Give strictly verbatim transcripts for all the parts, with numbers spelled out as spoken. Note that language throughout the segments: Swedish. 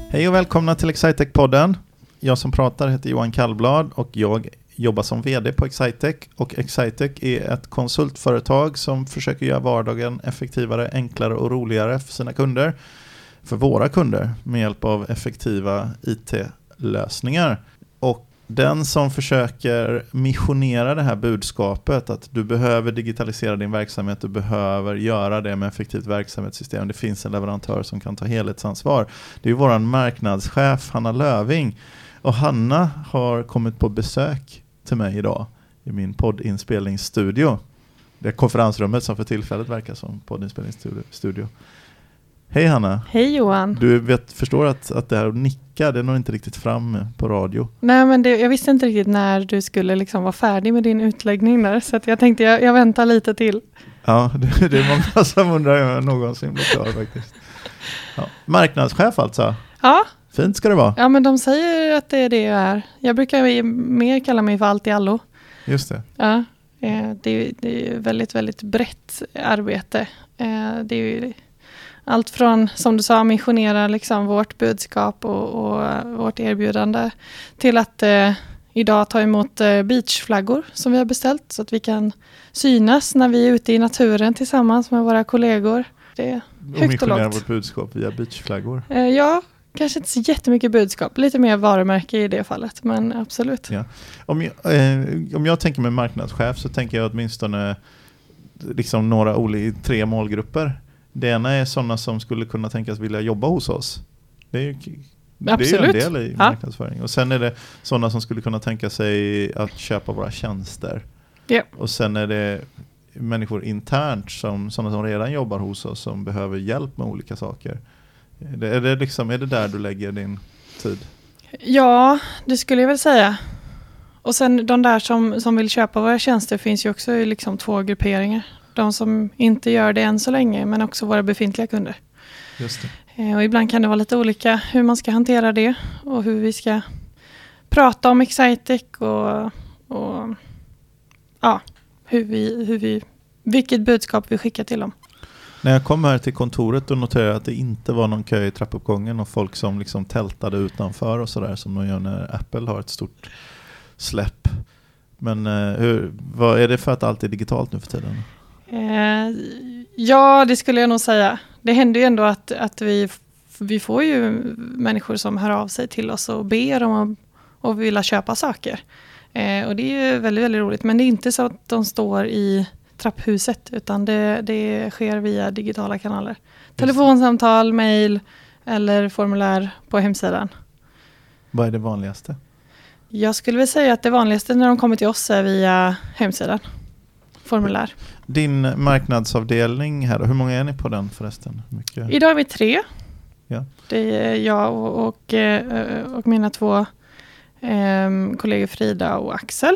Hej och välkomna till Excitec-podden. Jag som pratar heter Johan Kallblad och jag jobbar som vd på Excitec. Och Excitec är ett konsultföretag som försöker göra vardagen effektivare, enklare och roligare för sina kunder. För våra kunder med hjälp av effektiva I T-lösningar. Och den som försöker missionera det här budskapet att du behöver digitalisera din verksamhet, du behöver göra det med effektivt verksamhetssystem. Det finns en leverantör som kan ta helhetsansvar. Det är ju våran marknadschef Hanna Löving. Och Hanna har kommit på besök till mig idag i min poddinspelningsstudio. Det är konferensrummet som för tillfället verkar som poddinspelningsstudio. Hej Hanna. Hej Johan. Du vet, förstår att, att det här nickar, det är nog inte riktigt fram på radio. Nej, men det, jag visste inte riktigt när du skulle liksom vara färdig med din utläggning där. Så att jag tänkte jag, jag väntar lite till. Ja, det, det är många som undrar om jag någonsin blir klar faktiskt. Ja. Marknadschef alltså? Ja. Fint ska det vara. Ja, men de säger att det är det jag är. Jag brukar mer kalla mig för allt i allo. Just det. Ja, det, det är väldigt, väldigt brett arbete. Det är ju allt från, som du sa, missionera liksom vårt budskap och, och vårt erbjudande till att eh, idag ta emot eh, beachflaggor som vi har beställt så att vi kan synas när vi är ute i naturen tillsammans med våra kollegor. Det är högt och, och missionera lågt. Vårt budskap via beachflaggor. Eh, ja, kanske inte så jättemycket budskap. Lite mer varumärke i det fallet, men absolut. Ja. Om, jag, eh, om jag tänker med marknadschef så tänker jag åtminstone liksom några olika, tre målgrupper. Det ena är sådana som skulle kunna tänkas vilja jobba hos oss. Det är ju, det är ju en del i marknadsföring. Ja. Och sen är det sådana som skulle kunna tänka sig att köpa våra tjänster. Ja. Och sen är det människor internt, som, sådana som redan jobbar hos oss, som behöver hjälp med olika saker. Är det, är det, liksom, är det där du lägger din tid? Ja, det skulle jag väl säga. Och sen de där som, som vill köpa våra tjänster finns ju också i liksom två grupperingar. De som inte gör det än så länge, men också våra befintliga kunder. Just det. Och ibland kan det vara lite olika hur man ska hantera det och hur vi ska prata om Excitec och, och ja, hur vi, hur vi, vilket budskap vi skickar till dem. När jag kom här till kontoret och noterade att det inte var någon kö i trappuppgången och folk som liksom tältade utanför och sådär som de gör när Apple har ett stort släpp. Men hur, vad är det för att allt är digitalt nu för tiden? Eh, ja, det skulle jag nog säga. Det händer ju ändå att, att vi, vi får ju människor som hör av sig till oss och ber om att och vill köpa saker. Eh, och det är ju väldigt, väldigt roligt. Men det är inte så att de står i trapphuset, utan det, det sker via digitala kanaler. Telefonsamtal, mejl eller formulär på hemsidan. Vad är det vanligaste? Jag skulle väl säga att det vanligaste när de kommer till oss är via hemsidan. Formulär. Din marknadsavdelning här, hur många är ni på den förresten? Mycket. Idag är vi tre. Ja. Det är jag och, och, och mina två um, kollegor Frida och Axel.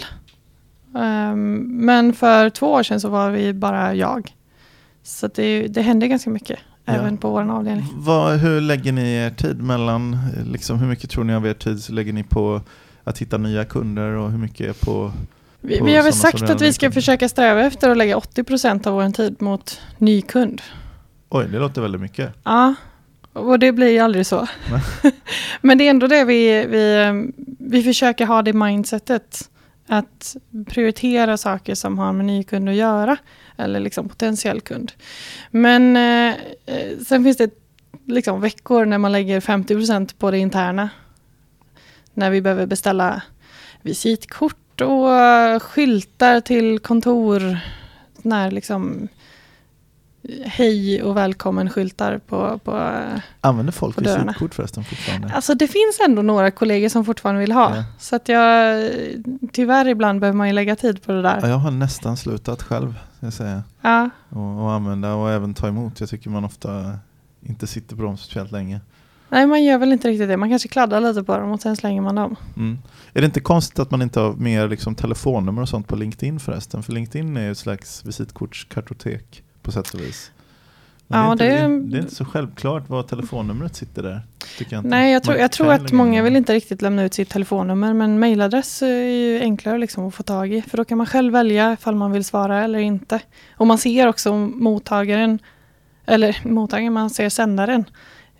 Um, men för två år sedan så var vi bara jag. Så det, det händer ganska mycket, ja. Även på vår avdelning. Vad, hur lägger ni er tid mellan, liksom, hur mycket tror ni av er tid så lägger ni på att hitta nya kunder och hur mycket är på... Vi, vi har väl sagt att vi ska försöka sträva efter att lägga åttio procent av vår tid mot ny kund. Oj, det låter väldigt mycket. Ja, och det blir ju aldrig så. Men det är ändå det vi, vi, vi försöker ha det mindsetet. Att prioritera saker som har med ny kund att göra. Eller liksom potentiell kund. Men eh, sen finns det liksom veckor när man lägger femtio procent på det interna. När vi behöver beställa visitkort och skyltar till kontor, när liksom hej och välkommen skyltar på, på använder folk på visitkort förresten fortfarande? Alltså det finns ändå några kollegor som fortfarande vill ha. Ja. Så att jag, tyvärr ibland behöver man ju lägga tid på det där. Ja, jag har nästan slutat själv, ska jag säga. Ja. Och, och använda och även ta emot. Jag tycker man ofta inte sitter på dem speciellt länge. Nej, man gör väl inte riktigt det. Man kanske kladdar lite på dem och sen slänger man dem. Mm. Är det inte konstigt att man inte har mer liksom telefonnummer och sånt på LinkedIn förresten? För LinkedIn är ju ett slags visitkortskartotek på sätt och vis. Men ja, det, är inte, det, är... det är inte så självklart vad telefonnumret sitter där. Tycker jag inte. Nej, jag tror, jag tror att många vill inte riktigt lämna ut sitt telefonnummer. Men mejladress är ju enklare liksom att få tag i. För då kan man själv välja ifall man vill svara eller inte. Och man ser också mottagaren, eller mottagaren, man ser sändaren.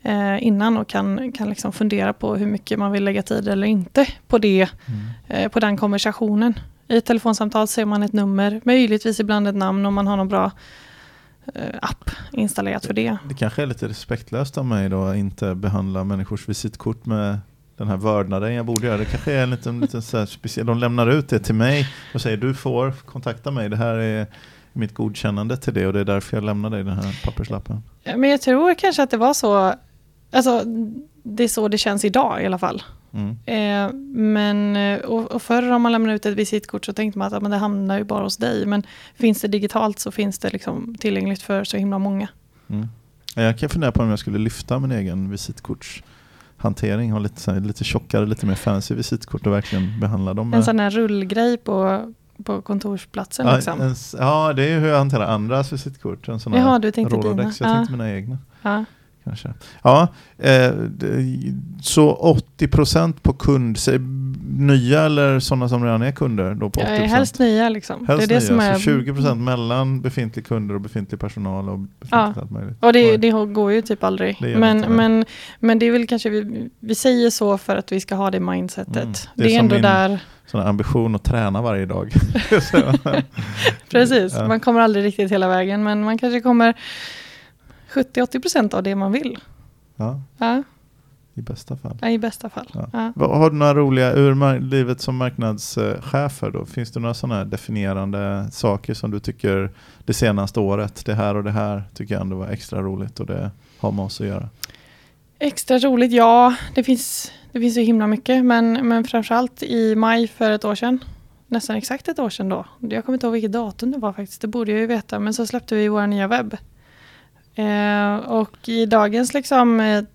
eh, innan och kan, kan liksom fundera på hur mycket man vill lägga tid eller inte på det, Mm. eh, på den konversationen. I ett telefonsamtal ser man ett nummer, möjligtvis ibland ett namn om man har någon bra eh, app installerat för det. Det kanske är lite respektlöst av mig då att inte behandla människors visitkort med den här vördnaden jag borde göra. Det kanske är en liten, liten så här speciell. De lämnar ut det till mig och säger du får kontakta mig. Det här är mitt godkännande till det och det är därför jag lämnar dig den här papperslappen. Men jag tror kanske att det var så, alltså det är så det känns idag i alla fall. Mm. Eh, men, och, och förr om man lämnar ut ett visitkort så tänkte man att ja, men det hamnar ju bara hos dig. Men finns det digitalt så finns det liksom tillgängligt för så himla många. Mm. Jag kan fundera på om jag skulle lyfta min egen visitkortshantering. Ha lite, så här, lite tjockare, lite mer fancy visitkort och verkligen behandla dem. Med... En sån här rullgrej på, på kontorsplatsen. Ja, liksom. en, ja, det är hur jag hanterar andras visitkort. En sån här Jaha, du tänkte Rolodex. dina. Jag Ja. tänkte mina egna. Ja. Kanske. Ja, eh, det, så åttio procent på kund, så, nya eller sådana som redan är kunder då på åttio procent? Ja, helst nya liksom. Helst det är det nya, som är... så tjugo procent mellan befintlig kunder och befintlig personal och befintligt Ja. allt möjligt. Och det, det går ju typ aldrig. Det gör Men, inte det. men, men det är väl kanske, vi, vi säger så för att vi ska ha det mindsetet. Mm. Det Det är är, som ändå min- där, Sån här ambition att träna varje dag. precis. Ja. Man kommer aldrig riktigt hela vägen, men man kanske kommer sjuttio till åttio procent av det man vill. Ja, Ja, i bästa fall. ja, i bästa fall. Ja. Ja. Vad- Har du några roliga ur mar- livet som marknadschefer då? Finns det några sådana här definierande saker som du tycker det senaste året, det här och det här tycker jag ändå var extra roligt och det har med oss att göra? Extra roligt, ja. Det finns, det finns så himla mycket, men, men framförallt i maj för ett år sedan. Nästan exakt ett år sedan då. Jag kommer inte ihåg vilket datum det var faktiskt, det borde jag ju veta. Men så släppte vi vår nya webb. Eh, och i dagens liksom, eh,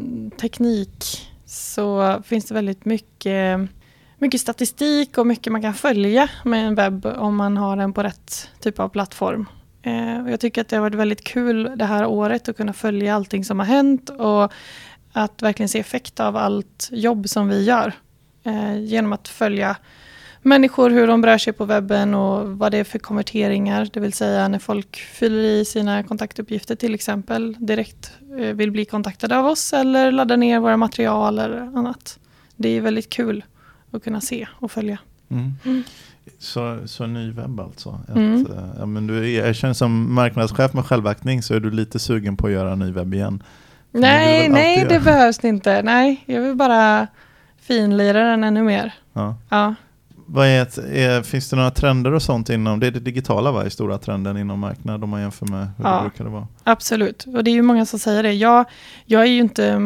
teknik så finns det väldigt mycket, mycket statistik och mycket man kan följa med en webb om man har den på rätt typ av plattform. Eh, och jag tycker att det har varit väldigt kul det här året att kunna följa allting som har hänt och att verkligen se effekt av allt jobb som vi gör. Eh, genom att följa människor, hur de rör sig på webben och vad det är för konverteringar. Det vill säga när folk fyller i sina kontaktuppgifter till exempel direkt eh, vill bli kontaktade av oss eller ladda ner våra material eller annat. Det är väldigt kul att kunna se och följa. Mm. Mm. Så, så ny webb alltså. Ett, Mm. eh, ja, men du är, jag känner som marknadschef med självaktning så är du lite sugen på att göra en ny webb igen. Men det Nej, vill väl nej alltid det göra. behövs inte. Nej, jag vill bara finlira den ännu mer. Ja. Ja. Vad är ett, är, finns det några trender och sånt inom, det är det digitala va, i stora trenden inom marknad om man jämför med hur Ja. det brukade vara? Absolut, och det är ju många som säger det. Jag, jag är ju inte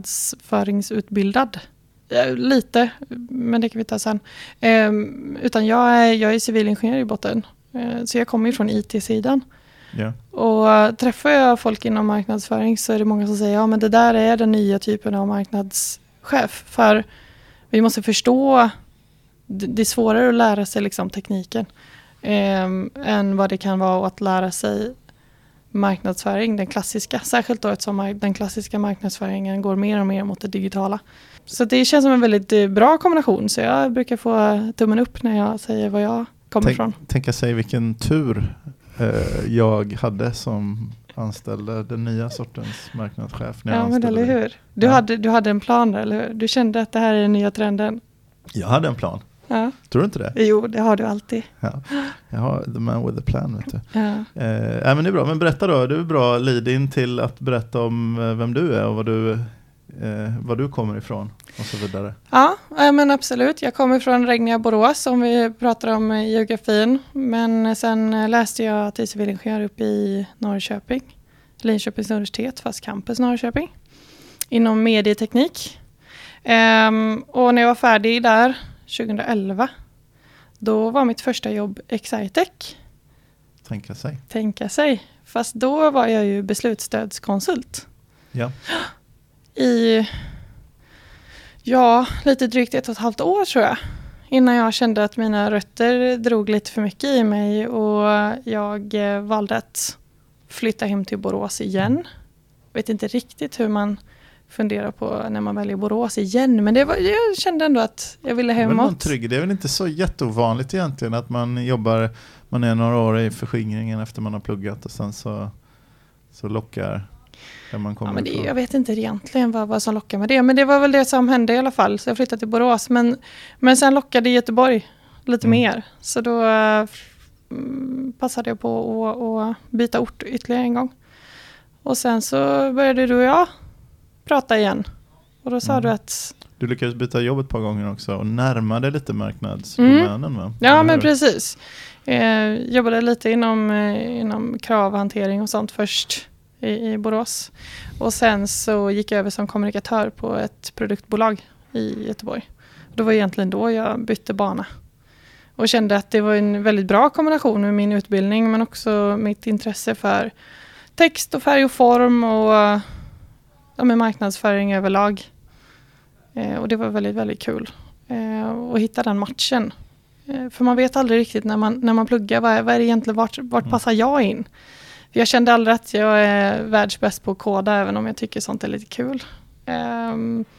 marknadsföringsutbildad. Eh, Lite, men det kan vi ta sen. Eh, utan jag är, jag är civilingenjör i botten. Eh, så jag kommer ju från I T-sidan. Ja. Och träffar jag folk inom marknadsföring så är det många som säger ja men det där är den nya typen av marknadschef. För vi måste förstå, det det är svårare att lära sig liksom tekniken eh, än vad det kan vara att lära sig marknadsföring, den klassiska. Särskilt då eftersom den klassiska marknadsföringen går mer och mer mot det digitala. Så det känns som en väldigt eh, bra kombination. Så jag brukar få tummen upp när jag säger vad jag kommer Tänk, ifrån. tänka sig vilken tur eh, jag hade som anställde den nya sortens marknadschef när jag Ja, men anställde eller dig. hur? Du, Ja. hade, du hade en plan där, eller hur? Du kände att det här är den nya trenden. Jag hade en plan. Ja. Tror du inte det? Jo, det har du alltid. Ja. Jag har the man with the plan, vet du. Ja. Eh, ja, men det är bra. Men berätta då. Du är bra lead in till att berätta om eh, vem du är och vad du, eh, vad du kommer ifrån och så vidare. Ja, ja, men absolut. Jag kommer från Regnia Borås om vi pratar om eh, geografin. Men sen eh, läste jag till civilingenjör uppe i Norrköping. Linköpings universitet, fast campus Norrköping. Inom medieteknik. Ehm, och när jag var färdig där tjugoelva, då var mitt första jobb Excitec. Tänka sig. Tänka sig. Fast då var jag ju beslutsstödskonsult. Ja. I, ja, lite drygt ett och ett halvt år tror jag. Innan jag kände att mina rötter drog lite för mycket i mig och jag eh, valde att flytta hem till Borås igen. Vet inte riktigt hur man funderar på när man väljer Borås igen. Men det var, jag kände ändå att jag ville Det är väl någon hemåt. trygg. Det är väl inte så jätteovanligt egentligen att man jobbar, man är några år i förskingringen efter man har pluggat och sen så, så lockar Där man kommer ja, men det, ifrån. jag vet inte egentligen vad, vad som lockar med det. Men det var väl det som hände i alla fall. Så jag flyttade till Borås. Men, men sen lockade Göteborg lite mm. mer. Så då mm, passade jag på att, att byta ort ytterligare en gång. Och sen så började du och jag prata igen. Och då sa mm. du att... Du lyckades byta jobb ett par gånger också och närmade lite marknadsdomänen mm. va? Ja, men precis. Eh, jobbade lite inom, eh, inom kravhantering och sånt först i, i Borås. Och sen så gick jag över som kommunikatör på ett produktbolag i Göteborg. Det var egentligen då jag bytte bana. Och kände att det var en väldigt bra kombination med min utbildning men också mitt intresse för text och färg och form och ja, med marknadsföring överlag. Eh, och det var väldigt, väldigt kul eh, att hitta den matchen. Eh, för man vet aldrig riktigt när man, när man pluggar, vad är, vad är det egentligen, vart, vart Mm. passar jag in? För jag kände aldrig att jag är världsbäst på att koda, även om jag tycker sånt är lite kul. Eh,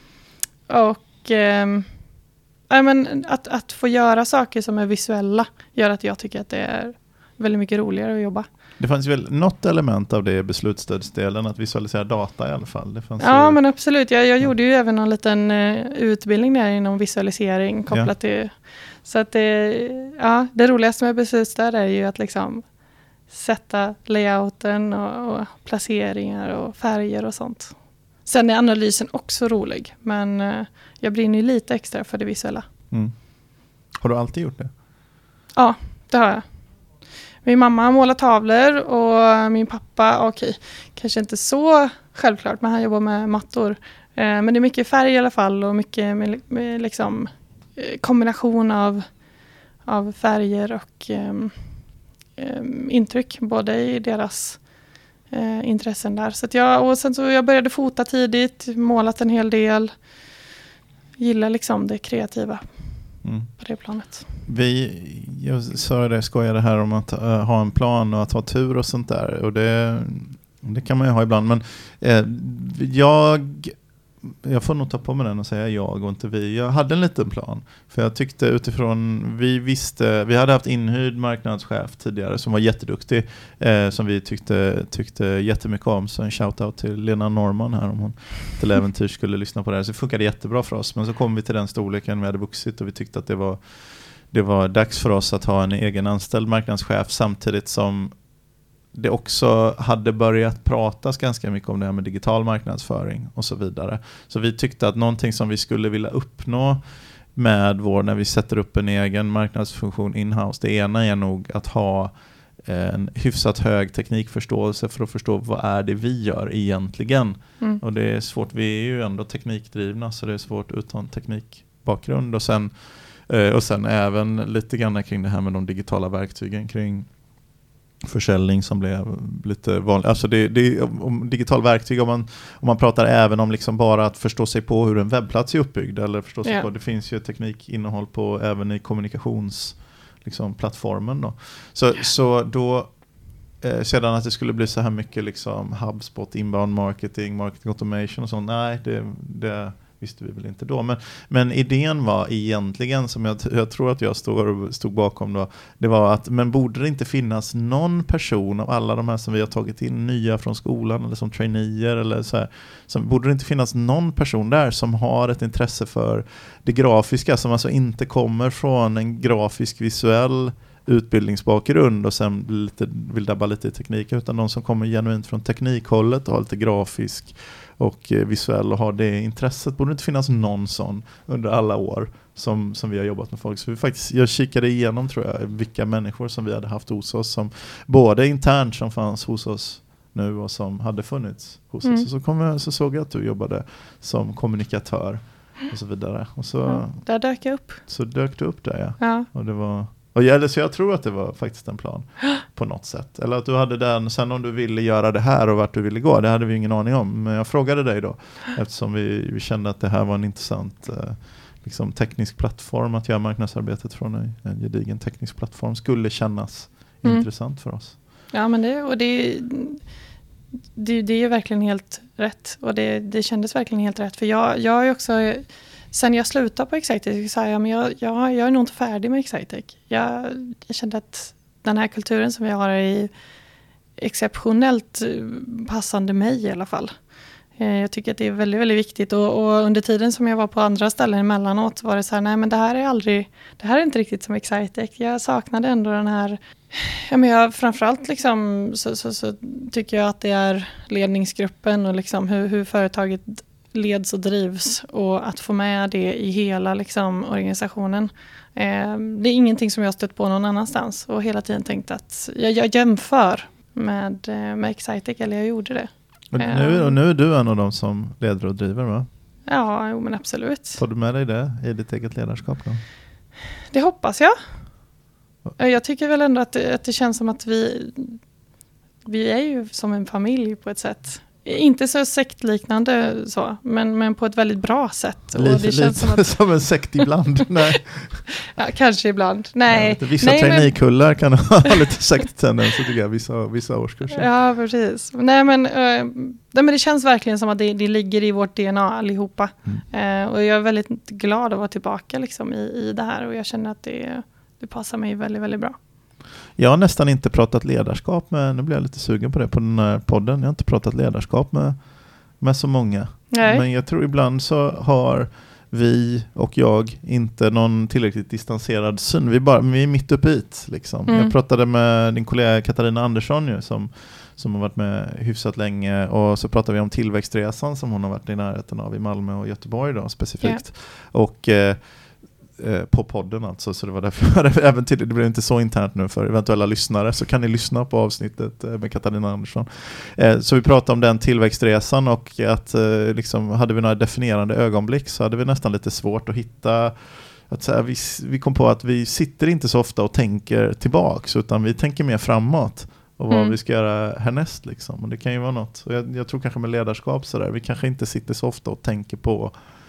och eh, ja, men att, att få göra saker som är visuella gör att jag tycker att det är väldigt mycket roligare att jobba. Det fanns väl något element av det i beslutsstödsdelen, att visualisera data i alla fall. Det fanns ja, ju... men absolut. Jag, jag gjorde ju även en liten uh, utbildning där inom visualisering kopplat ja. till... Så att det, ja, det roligaste med beslutsstöd är ju att liksom sätta layouten och, och placeringar och färger och sånt. Sen är analysen också rolig, men uh, jag brinner ju lite extra för det visuella. Mm. Har du alltid gjort det? Ja, det har jag. Min mamma målar tavlor och min pappa, okej, okay, kanske inte så självklart, men han jobbar med mattor. Eh, men det är mycket färg i alla fall och mycket med, med liksom, eh, kombination av, av färger och eh, eh, intryck, både i deras eh, intressen där. Så att jag, och sen så jag började fota tidigt, målat en hel del, gillar liksom det kreativa. Mm. På det planet. Vi, jag sa det, skojade här om att uh, ha en plan och att ha tur och sånt där. Och det, det kan man ju ha ibland. Men eh, jag, jag får nog ta på mig den och säga jag och inte vi. Jag hade en liten plan. För jag tyckte utifrån, vi visste, vi hade haft inhyrd marknadschef tidigare som var jätteduktig. Eh, som vi tyckte, tyckte jättemycket om. Så en shoutout till Lena Norman här om hon till äventyr skulle lyssna på det här. Så det funkade jättebra för oss. Men så kom vi till den storleken vi hade vuxit och vi tyckte att det var Det var dags för oss att ha en egen anställd marknadschef samtidigt som det också hade börjat pratas ganska mycket om det här med digital marknadsföring och så vidare. Så vi tyckte att någonting som vi skulle vilja uppnå med vår, när vi sätter upp en egen marknadsfunktion in-house, det ena är nog att ha en hyfsat hög teknikförståelse för att förstå vad är det vi gör egentligen. Mm. Och det är svårt, vi är ju ändå teknikdrivna så det är svårt utan teknikbakgrund och sen Och sen även lite grann kring det här med de digitala verktygen kring försäljning som blev lite vanligt. Alltså det, det, om digital verktyg, om man, om man pratar även om liksom bara att förstå sig på hur en webbplats är uppbyggd eller förstå sig yeah. på, det finns ju teknikinnehåll på även i kommunikations liksom, plattformen då. Så, så då eh, sedan att det skulle bli så här mycket liksom HubSpot, inbound marketing, marketing automation och sånt, nej det, det visste vi väl inte då. Men, men idén var egentligen, som jag, jag tror att jag stod, stod bakom då, det var att, men borde det inte finnas någon person av alla de här som vi har tagit in nya från skolan eller som traineer eller så här, som, borde det inte finnas någon person där som har ett intresse för det grafiska, som alltså inte kommer från en grafisk visuell utbildningsbakgrund och sen lite, vill dabba lite i teknik, utan de som kommer genuint från teknikhållet och har lite grafisk och eh, visuell och har det intresset. Borde det inte finnas någon sån under alla år som, som vi har jobbat med folk. Så vi faktiskt, jag kikade igenom tror jag vilka människor som vi hade haft hos oss, som både internt som fanns hos oss nu och som hade funnits hos mm. oss. Så, kom jag, så såg jag att du jobbade som kommunikatör och så vidare. Och så, ja, där dök jag upp. Så dök du upp där, ja. ja. Och det var... Och jag, så jag tror att det var faktiskt en plan på något sätt. Eller att du hade den, sen om du ville göra det här och vart du ville gå, det hade vi ingen aning om. Men jag frågade dig då, eftersom vi, vi kände att det här var en intressant eh, liksom, teknisk plattform, att göra marknadsarbetet från en, en gedigen teknisk plattform skulle kännas mm. intressant för oss. Ja, men det, och det, det, det är ju verkligen helt rätt. Och det, det kändes verkligen helt rätt. För jag, jag är också... Sen jag slutade på Excitec så sa jag, men jag, jag, jag är nog inte färdig med Excitec. Jag, jag kände att den här kulturen som vi har är exceptionellt passande mig i alla fall. Jag tycker att det är väldigt, väldigt viktigt och, och under tiden som jag var på andra ställen emellanåt var det så här, nej men det här är aldrig, det här är inte riktigt som Excitec. Jag saknade ändå den här, ja men jag framförallt liksom så, så, så tycker jag att det är ledningsgruppen och liksom hur, hur företaget leds och drivs och att få med det i hela liksom organisationen. Eh, det är ingenting som jag har stött på någon annanstans och hela tiden tänkt att jag, jag jämför med, med Excitec, eller jag gjorde det. Och nu, och nu är du en av dem som leder och driver, va? Ja, jo, men absolut. Tar du med dig det i ditt eget ledarskap då? Det hoppas jag. Jag tycker väl ändå att det, att det känns som att vi, vi är ju som en familj på ett sätt. Inte så sektliknande så, men, men på ett väldigt bra sätt. Lite, och det känns lite som, att... som en sekt ibland. Nej. Ja, kanske ibland. Nej. Ja, vissa Nej, traineekullar men... kan ha lite sekttendenser tycker jag, vissa, vissa årskurser. Ja, precis. Nej men, uh, nej, men det känns verkligen som att det, det ligger i vårt D N A allihopa. Mm. Uh, och jag är väldigt glad att vara tillbaka liksom, i, i det här. Och jag känner att det, det passar mig väldigt, väldigt bra. Jag har nästan inte pratat ledarskap med, nu blir jag lite sugen på det på den här podden. Jag har inte pratat ledarskap med, med så många. Nej. Men jag tror ibland så har vi och jag inte någon tillräckligt distanserad syn. Vi, bara, vi är mitt uppe i det. Liksom. Mm. Jag pratade med din kollega Katarina Andersson ju, som, som har varit med hyfsat länge. Och så pratade vi om tillväxtresan som hon har varit i närheten av i Malmö och Göteborg då, specifikt. Yeah. Och... Eh, på podden alltså, så det var därför även till, det blev inte så internt nu för eventuella lyssnare, så kan ni lyssna på avsnittet med Katarina Andersson. Så vi pratade om den tillväxtresan och att liksom, hade vi några definierande ögonblick så hade vi nästan lite svårt att hitta att så här, vi, vi kom på att vi sitter inte så ofta och tänker tillbaks, utan vi tänker mer framåt och vad mm. vi ska göra härnäst liksom. Och det kan ju vara något. Och jag, jag tror kanske med ledarskap så där, vi kanske inte sitter så ofta och tänker på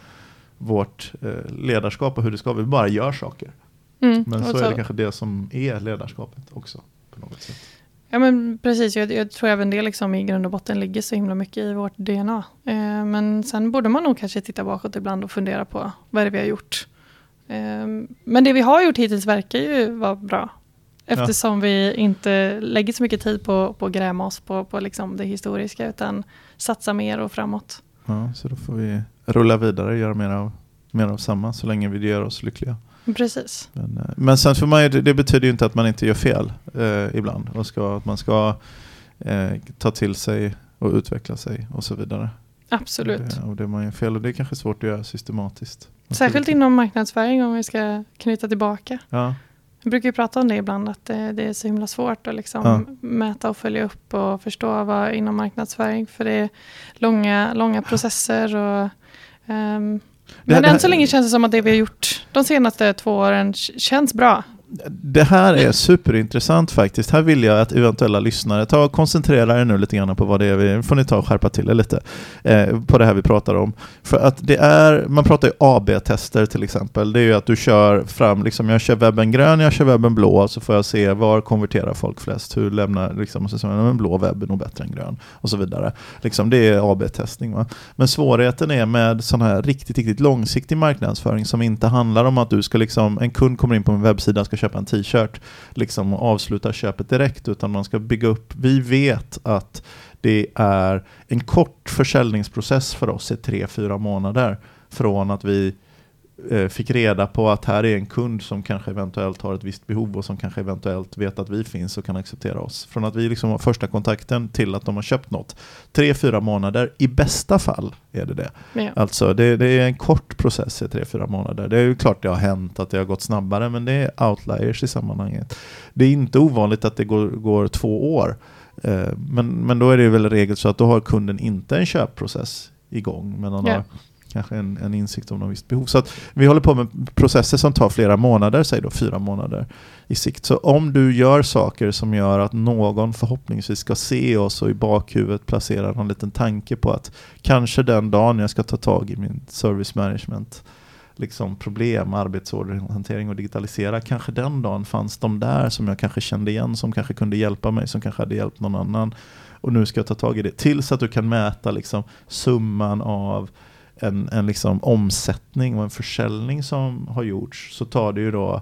vårt eh, ledarskap och hur det ska, vi bara gör saker. Mm, men så, så är det kanske det som är ledarskapet också på något sätt. Ja men precis, jag, jag tror även det liksom i grund och botten ligger så himla mycket i vårt D N A. Eh, men sen borde man nog kanske titta bakåt ibland och fundera på vad är det vi har gjort. Eh, men det vi har gjort hittills verkar ju vara bra. Eftersom ja. vi inte lägger så mycket tid på, på att gräma oss på, på liksom det historiska, utan satsa mer och framåt. Ja, så då får vi rulla vidare och göra mer av, mer av samma så länge vi gör oss lyckliga. Precis. Men, men sen för mig, det, det betyder ju inte att man inte gör fel eh, ibland. Och ska, att man ska eh, ta till sig och utveckla sig och så vidare. Absolut. Och det, och det man gör fel, och det är kanske svårt att göra systematiskt. Särskilt inom marknadsföring, om vi ska knyta tillbaka. Ja. Jag brukar ju prata om det ibland, att det, det är så himla svårt att liksom ja. mäta och följa upp och förstå vad inom marknadsföring, för det är långa, långa processer och um, men det här, än så länge känns det som att det vi har gjort de senaste två åren känns bra. Det här är superintressant faktiskt. Här vill jag att eventuella lyssnare ta och koncentrera er nu lite grann på vad det är. Vi får ni ta och skärpa till er lite eh, på det här vi pratar om. För att det är, man pratar ju A B-tester till exempel. Det är ju att du kör fram, liksom jag kör webben grön, jag kör webben blå, så får jag se var konverterar folk flest. Hur lämnar, liksom, så säger man, en blå webb är nog bättre än grön och så vidare. Liksom, det är A B-testning, va? Men svårigheten är med sån här riktigt, riktigt långsiktig marknadsföring som inte handlar om att du ska liksom, en kund kommer in på en webbsida, ska köpa en t-shirt liksom, och avsluta köpet direkt, utan man ska bygga upp. Vi vet att det är en kort försäljningsprocess för oss i tre, fyra månader från att vi eh, fick reda på att här är en kund som kanske eventuellt har ett visst behov och som kanske eventuellt vet att vi finns och kan acceptera oss. Från att vi liksom har första kontakten till att de har köpt något. Tre, fyra månader i bästa fall är det det. Ja. Alltså det, det är en kort process i tre, fyra månader. Det är ju klart det har hänt att det har gått snabbare, men det är outliers i sammanhanget. Det är inte ovanligt att det går, går två år. Eh, men, men då är det väl regel så att då har kunden inte en köpprocess igång, men han ja. har kanske en, en insikt om något visst behov. Så att vi håller på med processer som tar flera månader, säg då fyra månader i sikt. Så om du gör saker som gör att någon förhoppningsvis ska se oss och i bakhuvudet placera någon liten tanke på att kanske den dagen jag ska ta tag i min service management liksom problem, arbetsorderhantering och digitalisera, kanske den dagen fanns de där som jag kanske kände igen, som kanske kunde hjälpa mig, som kanske hade hjälpt någon annan, och nu ska jag ta tag i det. Tills att du kan mäta liksom summan av en, en liksom omsättning och en försäljning som har gjorts, så tar det ju då,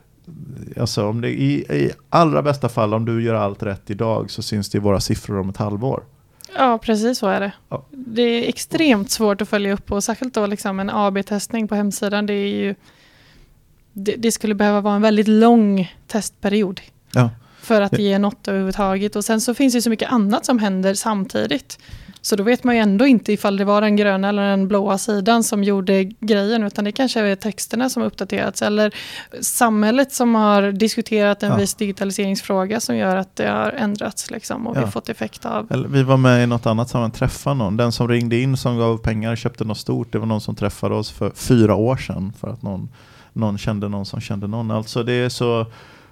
alltså om det i, i allra bästa fall, om du gör allt rätt idag, så syns det i våra siffror om ett halvår. Ja, precis så är det. Ja. Det är extremt svårt att följa upp och särskilt då liksom en A B-testning på hemsidan. Det, är ju, det, det skulle behöva vara en väldigt lång testperiod Ja. för att ge något överhuvudtaget. Och sen så finns det så mycket annat som händer samtidigt. Så då vet man ju ändå inte ifall det var den gröna eller den blåa sidan som gjorde grejen, utan det kanske är texterna som har uppdaterats eller samhället som har diskuterat en ja. viss digitaliseringsfråga som gör att det har ändrats liksom, och ja. vi har fått effekt av. Eller, vi var med i något annat sammanhang, träffade någon. Den som ringde in som gav pengar köpte något stort. Det var någon som träffade oss för fyra år sedan för att någon, någon kände någon som kände någon. Alltså det är så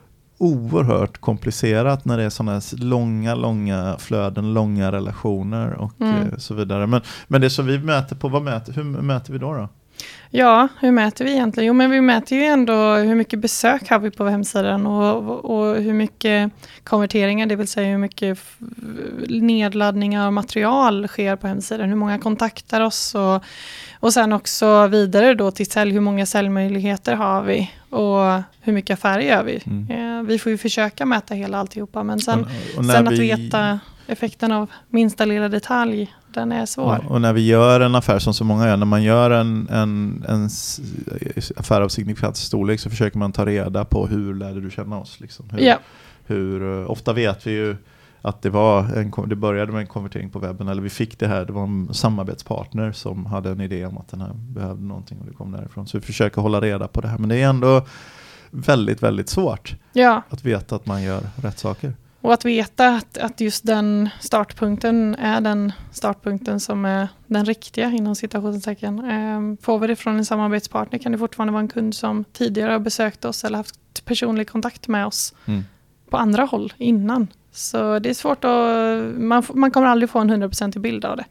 oerhört komplicerat när det är sådana här långa, långa flöden, långa relationer och mm. så vidare. Men, men det som vi mäter på, vad mäter, hur mäter vi då då? Ja, hur mäter vi egentligen? Jo, men vi mäter ju ändå hur mycket besök har vi på hemsidan och, och hur mycket konverteringar, det vill säga hur mycket nedladdningar av material sker på hemsidan, hur många kontaktar oss och, och sen också vidare då till sälj, hur många säljmöjligheter har vi och hur mycket affärer gör vi. Mm. Eh, vi får ju försöka mäta hela alltihopa, men sen, och, och sen vi... att veta effekten av minsta lilla detalj, den är svår. Och, och när vi gör en affär som så många gör, när man gör en, en, en affär av signifikant storlek så försöker man ta reda på hur lärde du känna oss. Liksom. Hur, ja. hur, ofta vet vi ju att det, var en, det började med en konvertering på webben, eller vi fick det här, det var en samarbetspartner som hade en idé om att den här behövde någonting och det kom därifrån. Så vi försöker hålla reda på det här, men det är ändå väldigt, väldigt svårt ja. att veta att man gör rätt saker. Och att veta att, att just den startpunkten är den startpunkten som är den riktiga inom citationstecken. Ehm, får vi det från en samarbetspartner kan det fortfarande vara en kund som tidigare har besökt oss eller haft personlig kontakt med oss mm. på andra håll innan. Så det är svårt att... Man, man kommer aldrig få en hundra procent bild av det.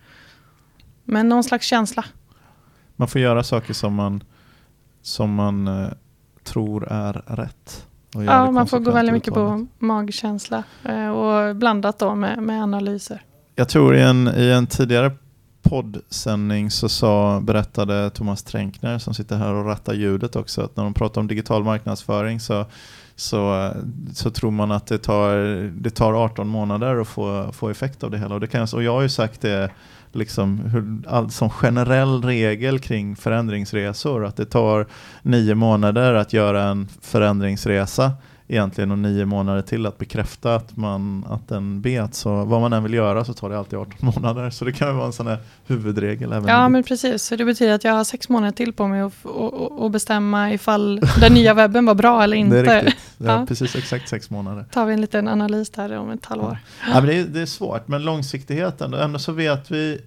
Men någon slags känsla. Man får göra saker som man, som man eh, tror är rätt. Ja, man får gå väldigt mycket på magkänsla eh, och blandat då med, med analyser. Jag tror i en, i en tidigare poddsändning så sa, berättade Thomas Tränkner som sitter här och rattar ljudet också, att när de pratar om digital marknadsföring så, så, så tror man att det tar, det tar arton månader att få, få effekt av det hela. Och, det kan, och jag har ju sagt det liksom, hur, all, som generell regel kring förändringsresor, att det tar nio månader att göra en förändringsresa egentligen och nio månader till att bekräfta att, man, att den bet. Så vad man än vill göra så tar det alltid arton månader. Så det kan vara en sån här huvudregel. Även ja, men precis. Så det betyder att jag har sex månader till på mig att och, och bestämma ifall den nya webben var bra eller inte. Det är riktigt. Ja, ja. Precis exakt sex månader. Tar vi en liten analys där om ett halvår. Ja. Ja, men det, är, det är svårt, men långsiktigheten, ändå så vet vi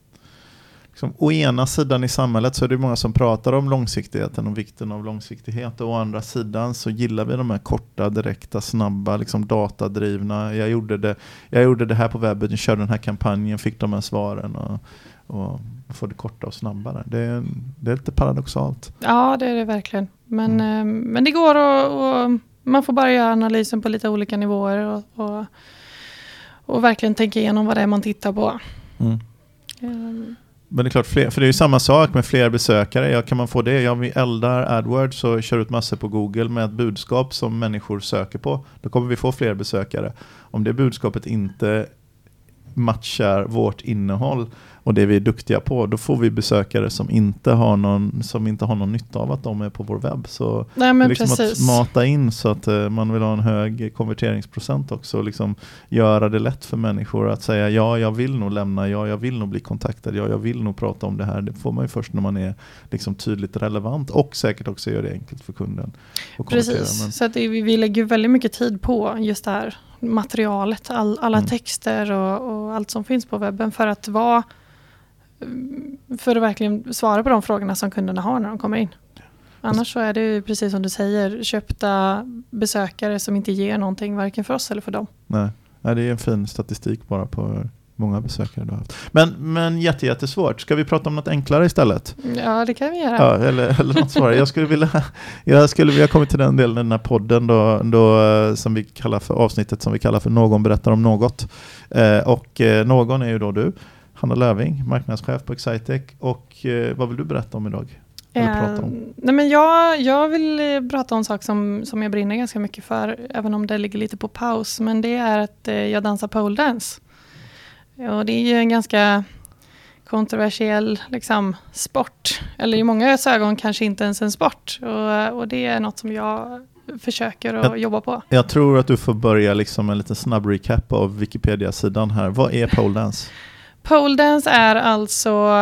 liksom, å ena sidan i samhället så är det många som pratar om långsiktigheten och vikten av långsiktighet, och å andra sidan så gillar vi de här korta, direkta, snabba, liksom datadrivna. Jag gjorde det, jag gjorde det här på webben, jag körde den här kampanjen, fick de här svaren och, och får det korta och snabbare. Det är, det är lite paradoxalt. Ja, det är det verkligen. Men, mm. eh, men det går att, man får bara göra analysen på lite olika nivåer och, och, och verkligen tänka igenom vad det är man tittar på. Mm. Um, Men det är klart, fler, för det är ju samma sak med fler besökare. Ja, kan man få det? Ja, vi eldar AdWords och kör ut massor på Google med ett budskap som människor söker på. Då kommer vi få fler besökare. Om det budskapet inte matchar vårt innehåll och det vi är duktiga på, då får vi besökare som inte har någon, som inte har någon nytta av att de är på vår webb. Så nej, men det är liksom precis. Att mata in så att uh, man vill ha en hög konverteringsprocent också och liksom göra det lätt för människor att säga ja, jag vill nog lämna, ja, jag vill nog bli kontaktad, ja, jag vill nog prata om det här. Det får man ju först när man är liksom tydligt relevant och säkert också gör det enkelt för kunden. Precis, men så att det, vi lägger väldigt mycket tid på just det här materialet, all, alla mm. texter och, och allt som finns på webben för att vara för att verkligen svara på de frågorna som kunderna har när de kommer in. Annars så är det ju precis som du säger, köpta besökare som inte ger någonting varken för oss eller för dem. Nej, Nej det är en fin statistik bara på många besökare du har haft. Men, men jätte, jättesvårt. Ska vi prata om något enklare istället? Ja, det kan vi göra. Ja, eller, eller något svårare. Jag skulle vilja, jag skulle vilja komma till den delen av den här podden då, då, som vi kallar för avsnittet som vi kallar för Någon berättar om något. Eh, och eh, någon är ju då du, Hanna Löving, marknadschef på Excitec. Och eh, vad vill du berätta om idag? Eh, prata om? Nej, men jag, jag vill prata om en sak som, som jag brinner ganska mycket för, även om det ligger lite på paus. Men det är att eh, jag dansar pole dance. Och det är ju en ganska kontroversiell liksom, sport. Eller i många ögon kanske inte ens en sport. Och, och det är något som jag försöker att jag, jobba på. Jag tror att du får börja liksom en liten snabb recap av Wikipedia-sidan här. Vad är pole dance? Pole dance är alltså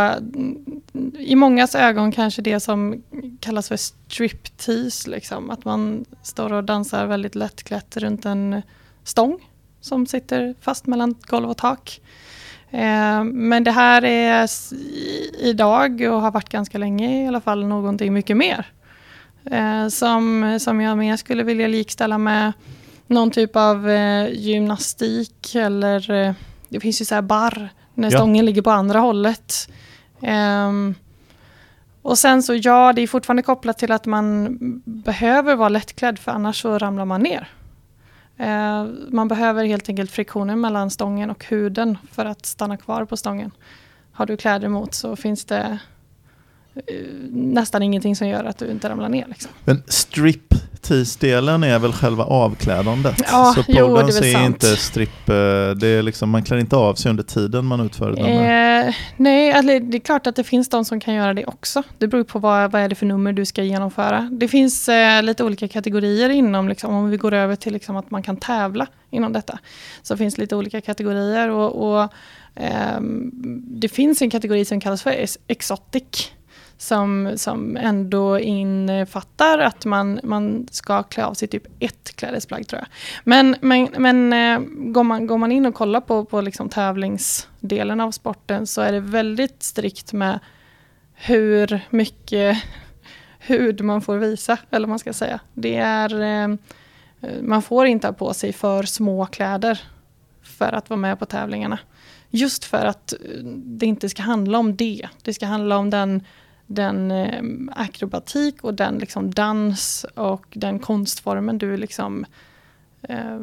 i mångas ögon kanske det som kallas för striptease. Liksom. Att man står och dansar väldigt lättklätt runt en stång som sitter fast mellan golv och tak. Eh, men det här är s- idag och har varit ganska länge i alla fall någonting mycket mer. Eh, som, som jag mer skulle vilja likställa med någon typ av eh, gymnastik eller eh, det finns ju så här barr när stången ja. ligger på andra hållet. Eh, och sen så ja, det är fortfarande kopplat till att man behöver vara lättklädd för annars så ramlar man ner. Eh, man behöver helt enkelt friktionen mellan stången och huden för att stanna kvar på stången. Har du kläder emot så finns det eh, nästan ingenting som gör att du inte ramlar ner. Liksom. Men strip-tease-delen är väl själva avklädandet? Ja, så jo, pole det är dance väl är sant. inte strip, det är liksom, man klär inte av sig under tiden man utför den. Eh, nej, alltså, det är klart att det finns de som kan göra det också. Det beror på vad, vad är det för nummer du ska genomföra. Det finns eh, lite olika kategorier inom, liksom, om vi går över till liksom, att man kan tävla inom detta. Så finns lite olika kategorier och, och eh, det finns en kategori som kallas för exotic. Som, som ändå infattar att man, man ska klä av sig typ ett klädesplagg tror jag. Men, men, men eh, går, man, går man in och kollar på, på liksom tävlingsdelen av sporten så är det väldigt strikt med hur mycket hud man får visa. Eller man ska säga. Det är, eh, man får inte ha på sig för små kläder för att vara med på tävlingarna. Just för att det inte ska handla om det. Det ska handla om den den eh, akrobatik och den liksom dans och den konstformen du liksom eh,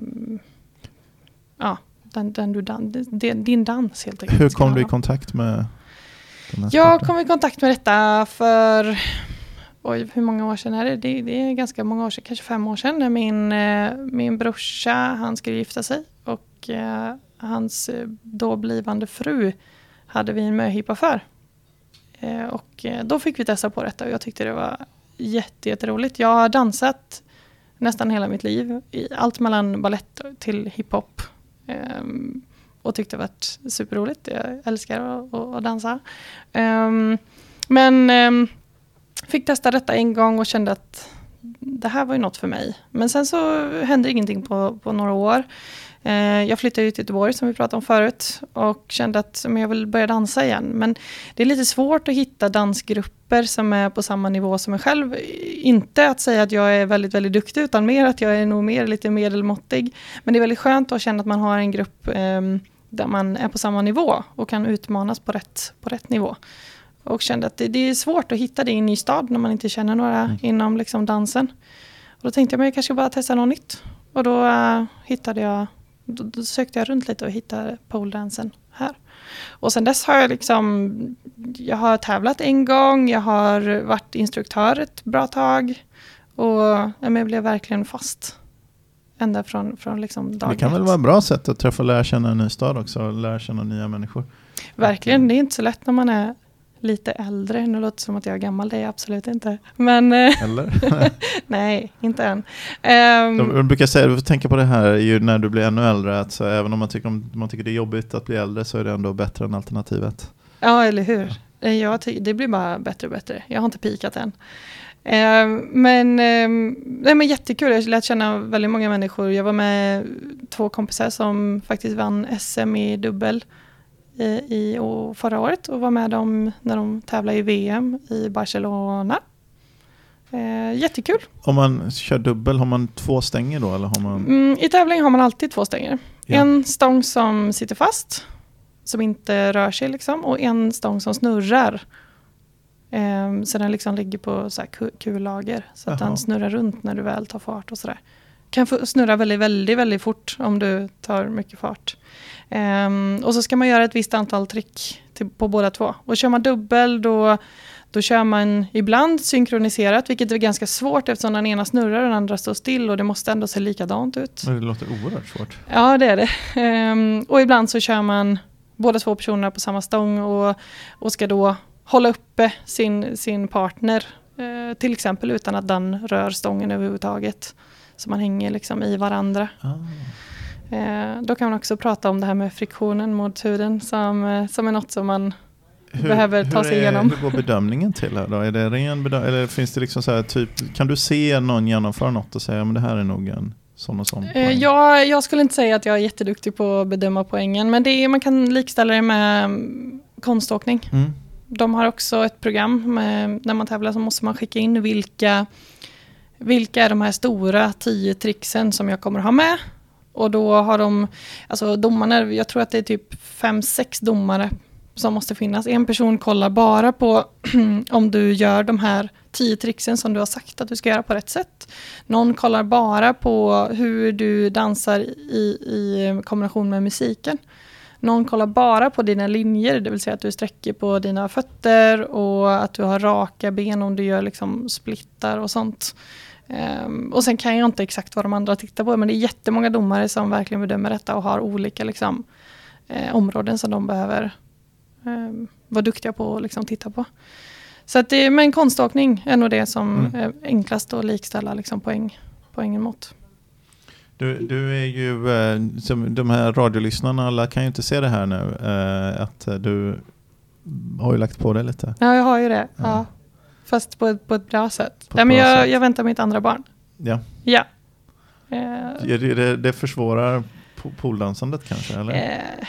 ja, den, den du dan- din, din dans helt enkelt. Hur kom du i kontakt med den här Jag sporten? kom i kontakt med detta för oj, hur många år sedan är det? Det, det är ganska många år sedan, kanske fem år sedan när min, eh, min brorsa, han skulle gifta sig och eh, hans då blivande fru hade vi en möhippa för. Och då fick vi testa på detta och jag tyckte det var jätte, jätteroligt. Jag har dansat nästan hela mitt liv. I allt mellan ballett till hiphop. Um, och tyckte det var superroligt. Jag älskar att, att dansa. Um, men um, fick testa detta en gång och kände att det här var ju något för mig. Men sen så hände ingenting på, på några år. Jag flyttade ut till Göteborg som vi pratade om förut och kände att men jag vill börja dansa igen. Men det är lite svårt att hitta dansgrupper som är på samma nivå som jag själv. Inte att säga att jag är väldigt, väldigt duktig utan mer att jag är nog mer lite medelmåttig. Men det är väldigt skönt att känna att man har en grupp eh, där man är på samma nivå och kan utmanas på rätt, på rätt nivå. Och kände att det, det är svårt att hitta det i en ny stad när man inte känner några mm. inom liksom dansen. Och då tänkte jag att jag kanske bara testa något nytt. Och då uh, hittade jag Då, då sökte jag runt lite och hittade pole dansen här. Och sen dess har jag liksom, jag har tävlat en gång, jag har varit instruktör ett bra tag och ja, men jag blev verkligen fast ända från, från liksom dag Det kan ett. väl vara ett bra sätt att träffa och lära känna en ny stad också och lära känna nya människor. Verkligen, det är inte så lätt när man är lite äldre. Nu låter det som att jag är gammal, det är jag absolut inte. Men, eller? nej, inte än. Um, De brukar säga, du får tänka på det här ju när du blir ännu äldre, att så även om man tycker, om man tycker det är jobbigt att bli äldre så är det ändå bättre än alternativet. Ja, eller hur? Jag ty- det blir bara bättre och bättre. Jag har inte pikat än. Um, men, um, nej, men jättekul, jag lärt känna väldigt många människor. Jag var med två kompisar som faktiskt vann S M i dubbel i och förra året och var med dem när de tävlade i V M i Barcelona. Eh, jättekul. Om man kör dubbel, har man två stänger då? Eller har man... mm, I tävling har man alltid två stänger. Ja. En stång som sitter fast, som inte rör sig liksom, och en stång som snurrar. Eh, så den liksom ligger på så här kullager så att Jaha. den snurrar runt när du väl tar fart och sådär. Kan få snurra väldigt, väldigt, väldigt fort om du tar mycket fart. Um, och så ska man göra ett visst antal trick till, på båda två. Och kör man dubbel då, då kör man ibland synkroniserat, vilket är ganska svårt eftersom den ena snurrar och den andra står still och det måste ändå se likadant ut. Det låter oerhört svårt. Ja, det är det. Um, och ibland så kör man båda två personerna på samma stång och, och ska då hålla uppe sin, sin partner eh, till exempel utan att den rör stången överhuvudtaget. Så man hänger liksom i varandra. Ah. Eh, då kan man också prata om det här med friktionen mot huden som, eh, som är något som man hur, behöver ta sig är, igenom. Hur går bedömningen till här då? Är det ren bedöm- eller finns det liksom så här typ, kan du se någon genomföra något och säga men det här är nog en sån och sån poäng? Eh, jag, jag skulle inte säga att jag är jätteduktig på att bedöma poängen, men det är, man kan likställa det med um, konståkning. Mm. De har också ett program med, när man tävlar så måste man skicka in vilka, vilka är de här stora tio tricksen som jag kommer ha med. Och då har de, alltså domarna, jag tror att det är typ fem, sex domare som måste finnas. En person kollar bara på om du gör de här tio tricksen som du har sagt att du ska göra på rätt sätt. Någon kollar bara på hur du dansar i, i kombination med musiken. Någon kollar bara på dina linjer, det vill säga att du sträcker på dina fötter och att du har raka ben om du gör liksom splittar och sånt. Um, och sen kan jag inte exakt vad de andra tittar på, men det är jättemånga domare som verkligen bedömer detta och har olika liksom, eh, områden som de behöver um, vara duktiga på att liksom, titta på. Så att det, men konståkning är nog det som mm. är enklast att likställa liksom, poäng, poängen mot. Du, du är ju, eh, som de här radiolyssnarna, alla kan ju inte se det här nu, eh, att du har ju lagt på det lite. Ja, jag har ju det, ja. ja. Fast på ett, på ett bra sätt. Ja, men jag, jag väntar mitt andra barn. Ja. Ja. Uh, det, det, det försvårar pooldansandet kanske, eller? Uh,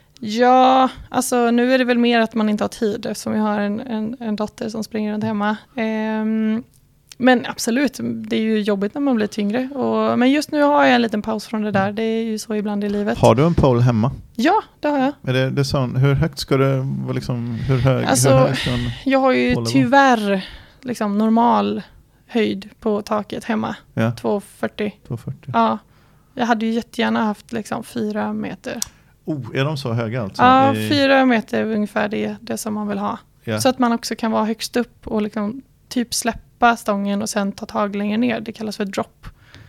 ja, alltså nu är det väl mer att man inte har tid eftersom jag har en, en, en dotter som springer runt hemma. Um, men absolut, det är ju jobbigt när man blir tyngre. Och, men just nu har jag en liten paus från det där. Det är ju så ibland i livet. Har du en pole hemma? Ja, det har jag. Är det, det sån, hur högt ska det vara? Liksom, hur hög, alltså, hur hög jag har ju tyvärr liksom, normal höjd på taket hemma. Ja. två fyrtio. två fyrtio. Ja, jag hade ju jättegärna haft liksom, fyra meter. Oh, är de så höga alltså? Ja, I... fyra meter är ungefär det, det som man vill ha. Ja. Så att man också kan vara högst upp och liksom, typ släppa stången och sen ta tag längre ner. Det kallas för drop.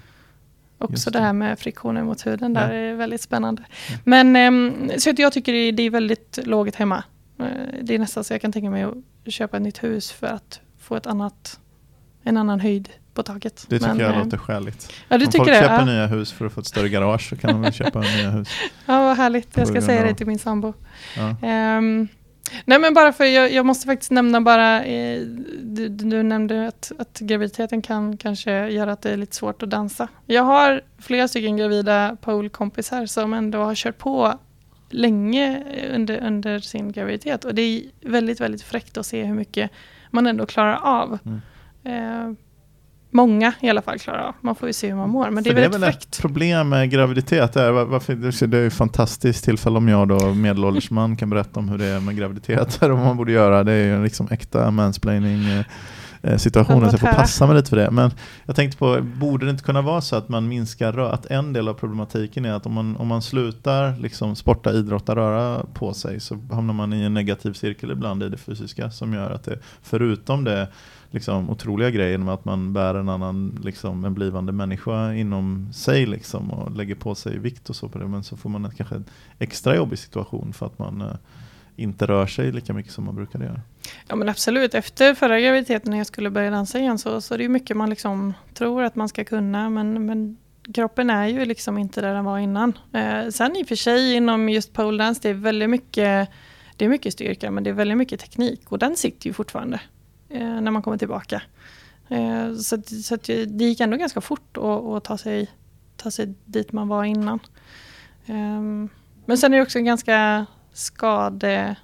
Också det. det här med friktionen mot huden där ja. är väldigt spännande. Ja. Men äm, så att jag tycker det är, det är väldigt lågt hemma. Det är nästan så jag kan tänka mig att köpa ett nytt hus för att få ett annat, en annan höjd på taket. Det tycker Men, jag äm, låter skäligt. Ja, du Om tycker folk det, köper ja. nya hus för att få ett större garage så kan de väl köpa nya hus. Ja, vad härligt. Jag ska säga det till min sambo. Ja. Um, nej, men bara för jag, jag måste faktiskt nämna bara, eh, du, du nämnde att, att graviditeten kan kanske göra att det är lite svårt att dansa. Jag har flera stycken gravida poolkompisar som ändå har kört på länge under, under sin graviditet. Och det är väldigt, väldigt fräckt att se hur mycket man ändå klarar av. Mm. Eh, många i alla fall klarar av. Man får ju se hur man mår. Men det är, det är väldigt väl fräckt. Ett problem med graviditet är, varför, det är ett fantastiskt tillfälle om jag då medelålders man kan berätta om hur det är med graviditet. Vad man borde göra. Det är ju en liksom äkta mansplaining eh, situationen, så jag får passa mig lite för det. Men jag tänkte på, borde det inte kunna vara så att man minskar rö- att en del av problematiken är att om man, om man slutar liksom sporta, idrotta, röra på sig så hamnar man i en negativ cirkel ibland i det fysiska som gör att det, förutom det liksom otroliga grejen med att man bär en annan liksom en blivande människa inom sig liksom och lägger på sig vikt och så på det, men så får man en, kanske en extra jobbig situation för att man eh, inte rör sig lika mycket som man brukar göra. Ja, men absolut. Efter förra graviditeten när jag skulle börja dansa igen så, så är det ju mycket man liksom tror att man ska kunna, men, men kroppen är ju liksom inte där den var innan. Eh, sen i och för sig inom just pole dance, det är väldigt mycket, det är mycket styrka, men det är väldigt mycket teknik och den sitter ju fortfarande eh, när man kommer tillbaka. Eh, så så att det gick ändå ganska fort att, att ta, sig, ta sig dit man var innan. Eh, men sen är det också en ganska skade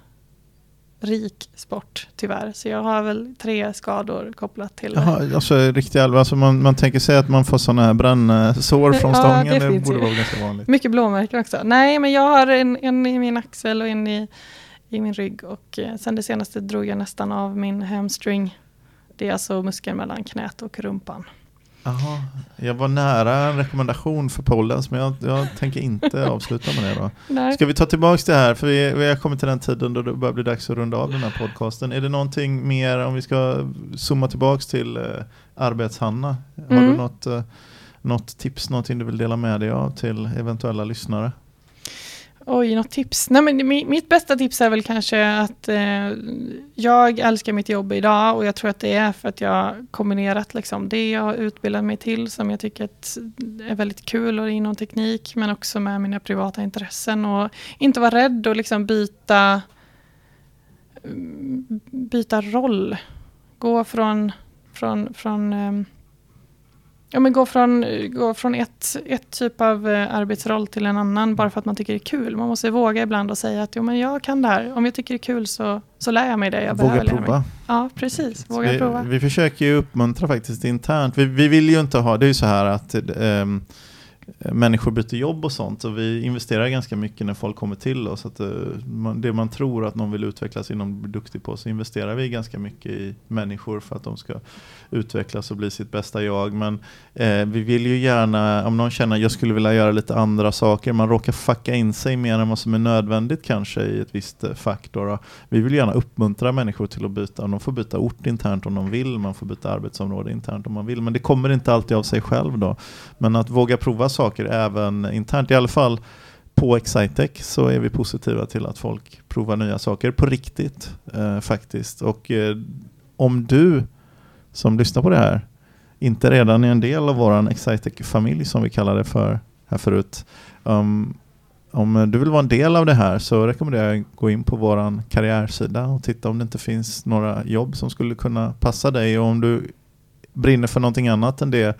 rik sport tyvärr. Så jag har väl tre skador kopplat till det. Jaha, alltså riktigt allvar. Alltså man, man tänker sig att man får sådana här brännsår från stången. Ja, det, det borde vara ganska vanligt. Mycket blåmärken också. Nej, men jag har en, en i min axel och en i, i min rygg. Och eh, sen det senaste drog jag nästan av min hamstring. Det är alltså muskeln mellan knät och rumpan. Jaha, jag var nära en rekommendation för pole dance, men jag, jag tänker inte avsluta med det då. Nej. Ska vi ta tillbaka det här? För vi, vi har kommit till den tiden då det börjar bli dags att runda av den här podcasten. Är det någonting mer, om vi ska zooma tillbaka till eh, arbetshanna? Har mm. du något, eh, något tips, någonting du vill dela med dig av till eventuella lyssnare? Oj, något tips? Nej, men mitt bästa tips är väl kanske att eh, jag älskar mitt jobb idag och jag tror att det är för att jag kombinerat liksom det jag har utbildat mig till som jag tycker att är väldigt kul och inom teknik men också med mina privata intressen och inte vara rädd och liksom byta byta roll. Gå från från, från eh, Ja, men gå från, gå från ett, ett typ av eh, arbetsroll till en annan bara för att man tycker det är kul. Man måste våga ibland och säga att jo, men jag kan det här. Om jag tycker det är kul så, så lär jag mig det. Jag våga prova. Mig. Ja, precis. Våga vi, prova. Vi försöker ju uppmuntra faktiskt internt. Vi, vi vill ju inte ha, det är ju så här att um, människor byter jobb och sånt och vi investerar ganska mycket när folk kommer till oss. Att, uh, man, det man tror att någon vill utvecklas inom blir duktig på så investerar vi ganska mycket i människor för att de ska utvecklas och bli sitt bästa jag. Men eh, vi vill ju gärna, om någon känner att jag skulle vilja göra lite andra saker, man råkar fucka in sig mer än vad som är nödvändigt kanske i ett visst eh, fack då, då. Vi vill gärna uppmuntra människor till att byta. De får byta ort internt om de vill, man får byta arbetsområde internt om man vill. Men det kommer inte alltid av sig själv då. Men att våga prova saker även internt, i alla fall på Excitec så är vi positiva till att folk provar nya saker på riktigt eh, faktiskt. Och eh, om du som lyssnar på det här inte redan är en del av våran Excitec-familj som vi kallar det för här förut. Um, om du vill vara en del av det här så rekommenderar jag att gå in på våran karriärsida och titta om det inte finns några jobb som skulle kunna passa dig. Och om du brinner för någonting annat än det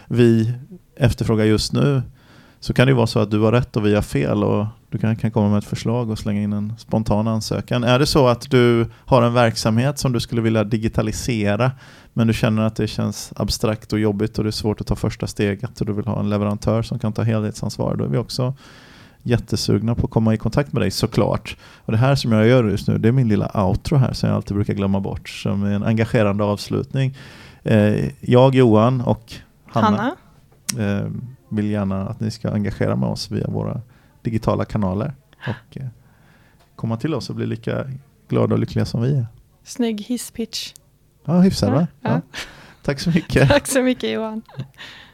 vi efterfrågar just nu så kan det ju vara så att du har rätt och vi har fel och du kan, kan komma med ett förslag och slänga in en spontan ansökan. Är det så att du har en verksamhet som du skulle vilja digitalisera men du känner att det känns abstrakt och jobbigt och det är svårt att ta första steget och du vill ha en leverantör som kan ta helhetsansvar, då är vi också jättesugna på att komma i kontakt med dig såklart. Och det här som jag gör just nu, det är min lilla outro här som jag alltid brukar glömma bort som är en engagerande avslutning. Eh, jag, Johan och Hanna, Hanna. Eh, vill gärna att ni ska engagera med oss via våra digitala kanaler och eh, komma till oss och bli lika glada och lyckliga som vi är. Snygg hisspitch. Ja, hyfsad va? Ja. Ja. Tack så mycket. Tack så mycket Johan.